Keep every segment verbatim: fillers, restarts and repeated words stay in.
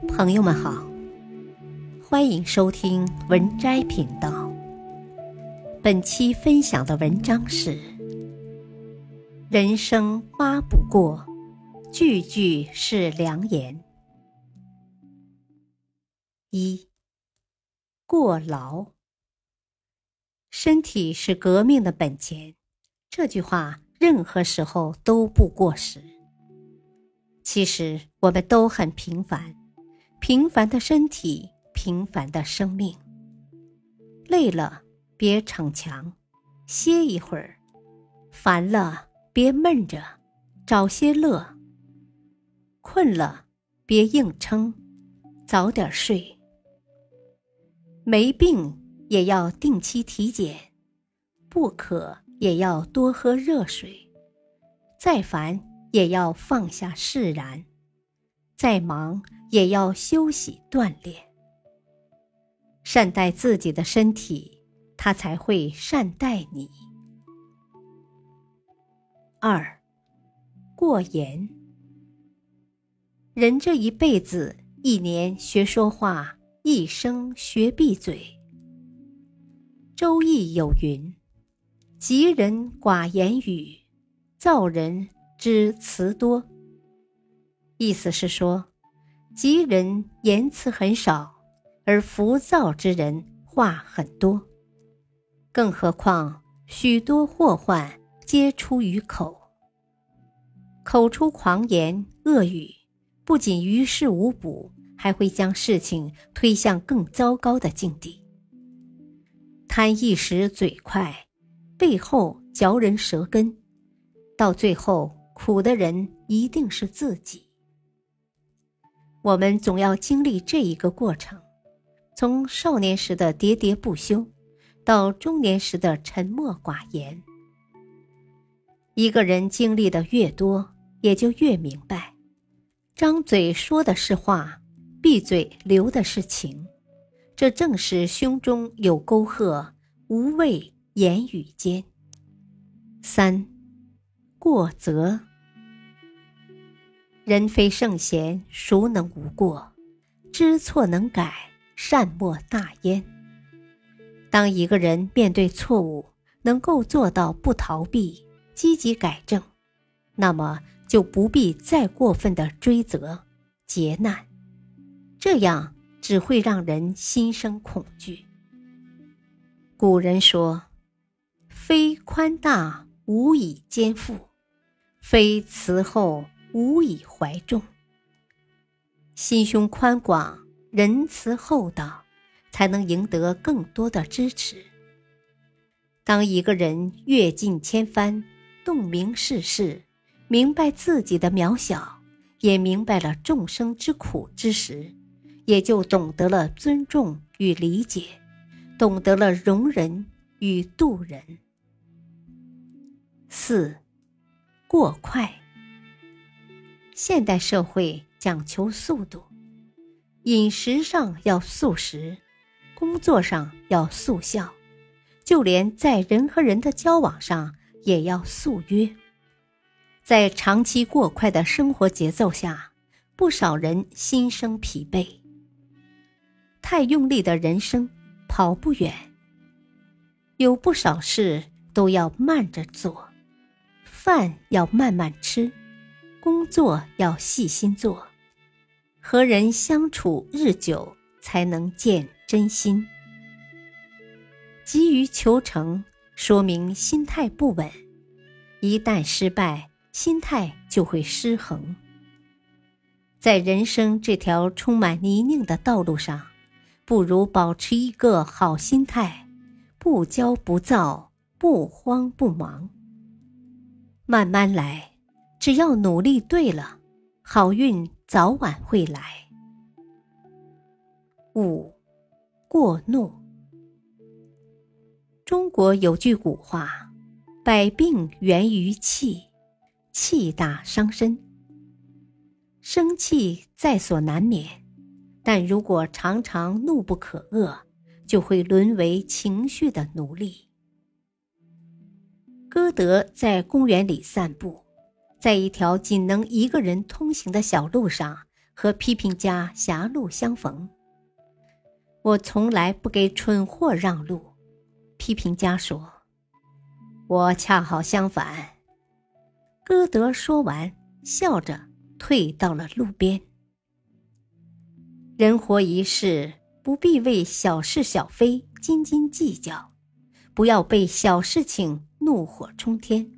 朋友们好，欢迎收听文摘频道。本期分享的文章是：人生挖不过，句句是良言。一、过劳。身体是革命的本钱，这句话任何时候都不过时。其实我们都很平凡，平凡的身体，平凡的生命。累了别逞强，歇一会儿；烦了别闷着，找些乐；困了别硬撑，早点睡。没病也要定期体检，不渴也要多喝热水，再烦也要放下释然，再忙也要休息锻炼。善待自己的身体，它才会善待你。二、过严。人这一辈子，一年学说话，一生学闭嘴。周易有云：吉人寡言语，躁人知辞多。意思是说，吉人言辞很少，而浮躁之人话很多。更何况许多祸患皆出于口。口出狂言恶语，不仅于事无补，还会将事情推向更糟糕的境地。贪一时嘴快，背后嚼人舌根，到最后苦的人一定是自己。我们总要经历这一个过程，从少年时的喋喋不休，到中年时的沉默寡言。一个人经历的越多，也就越明白，张嘴说的是话，闭嘴流的是情，这正是胸中有沟壑，无畏言语间。三、过则。人非圣贤，孰能无过？知错能改，善莫大焉。当一个人面对错误，能够做到不逃避，积极改正，那么就不必再过分的追责、劫难，这样只会让人心生恐惧。古人说：非宽大，无以肩负；非慈厚，无以怀众。心胸宽广，仁慈厚道，才能赢得更多的支持。当一个人阅尽千帆，洞明世事，明白自己的渺小，也明白了众生之苦之时，也就懂得了尊重与理解，懂得了容忍与度人。四、过快。现代社会讲求速度，饮食上要素食，工作上要速效，就连在人和人的交往上也要速约。在长期过快的生活节奏下，不少人心生疲惫。太用力的人生跑不远，有不少事都要慢着做，饭要慢慢吃，工作要细心做，和人相处日久才能见真心。急于求成，说明心态不稳，一旦失败，心态就会失衡。在人生这条充满泥泞的道路上，不如保持一个好心态，不骄不躁，不慌不忙。慢慢来，只要努力对了，好运早晚会来。五、过怒。中国有句古话：百病源于气，气大伤身。生气在所难免，但如果常常怒不可遏，就会沦为情绪的奴隶。歌德在公园里散步，在一条仅能一个人通行的小路上， 和批评家狭路相逢。我从来不给蠢货让路，批评家说。我恰好相反。歌德说完，笑着退到了路边。人活一世，不必为小是小非斤斤计较，不要被小事情怒火冲天。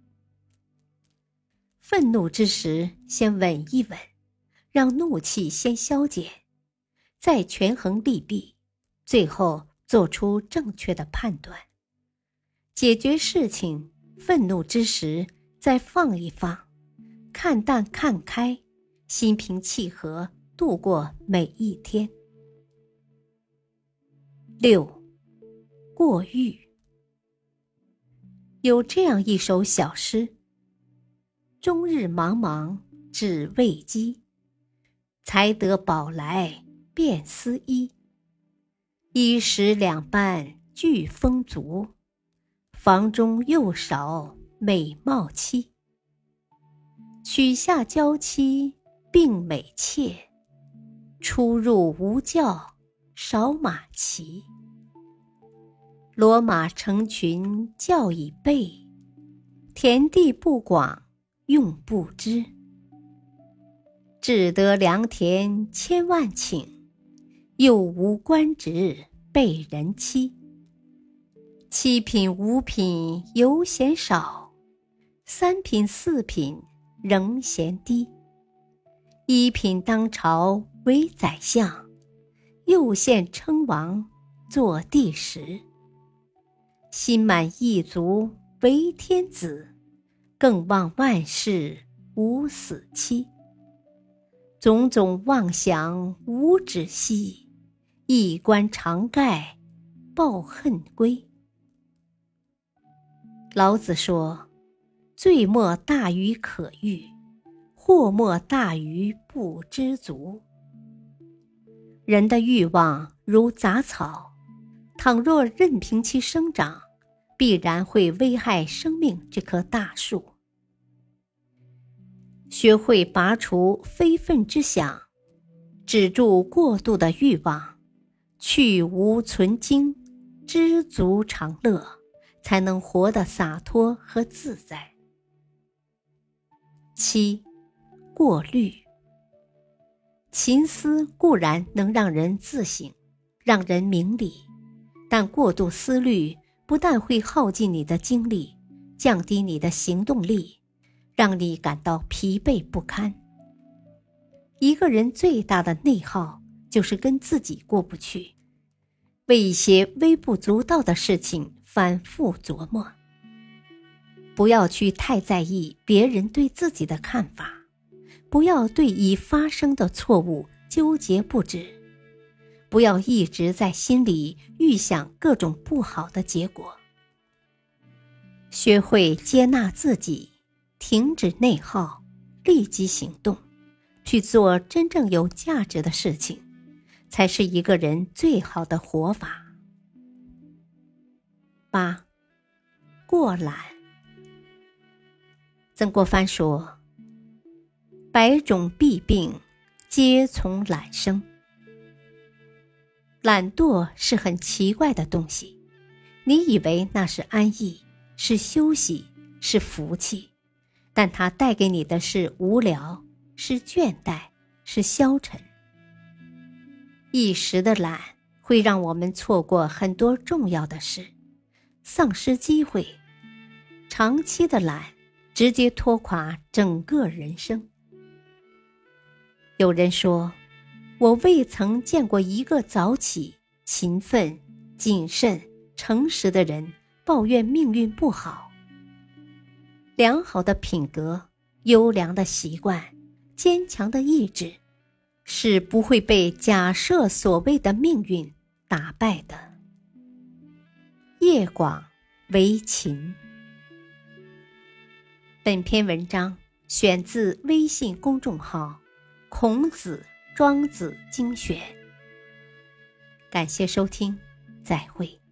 愤怒之时，先稳一稳，让怒气先消减，再权衡利弊，最后做出正确的判断。解决事情，愤怒之时再放一放，看淡看开，心平气和度过每一天。六，过誉。有这样一首小诗：终日茫茫只为鸡，才得饱来便思衣。一食两半俱丰足，房中又少美貌妻。取下娇妻并美妾，出入无教少马骑。骡马成群教已备，田地不广用不知。只得良田千万顷，又无官职被人欺。七品五品犹嫌少，三品四品仍嫌低。一品当朝为宰相，又羡称王做第十。心满意足为天子，更望万世无死期。种种妄想无止息，一官长盖抱恨归。老子说，罪莫大于可欲，祸莫大于不知足。人的欲望如杂草，倘若任凭其生长，必然会危害生命这棵大树。学会拔除非分之想，止住过度的欲望，去无存精，知足常乐，才能活得洒脱和自在。七，过滤。勤思固然能让人自省，让人明理，但过度思虑不但会耗尽你的精力，降低你的行动力，让你感到疲惫不堪。一个人最大的内耗就是跟自己过不去，为一些微不足道的事情反复琢磨。不要去太在意别人对自己的看法，不要对已发生的错误纠结不止，不要一直在心里预想各种不好的结果。学会接纳自己，停止内耗，立即行动，去做真正有价值的事情，才是一个人最好的活法。八，过懒。曾国藩说，百种弊病皆从懒生。懒惰是很奇怪的东西，你以为那是安逸，是休息，是福气，但它带给你的是无聊，是倦怠，是消沉。一时的懒会让我们错过很多重要的事，丧失机会；长期的懒直接拖垮整个人生。有人说，我未曾见过一个早起、勤奋、谨慎、诚实的人抱怨命运不好。良好的品格、优良的习惯、坚强的意志，是不会被假设所谓的命运打败的。夜广为勤。本篇文章选自微信公众号孔子庄子精选。感谢收听，再会。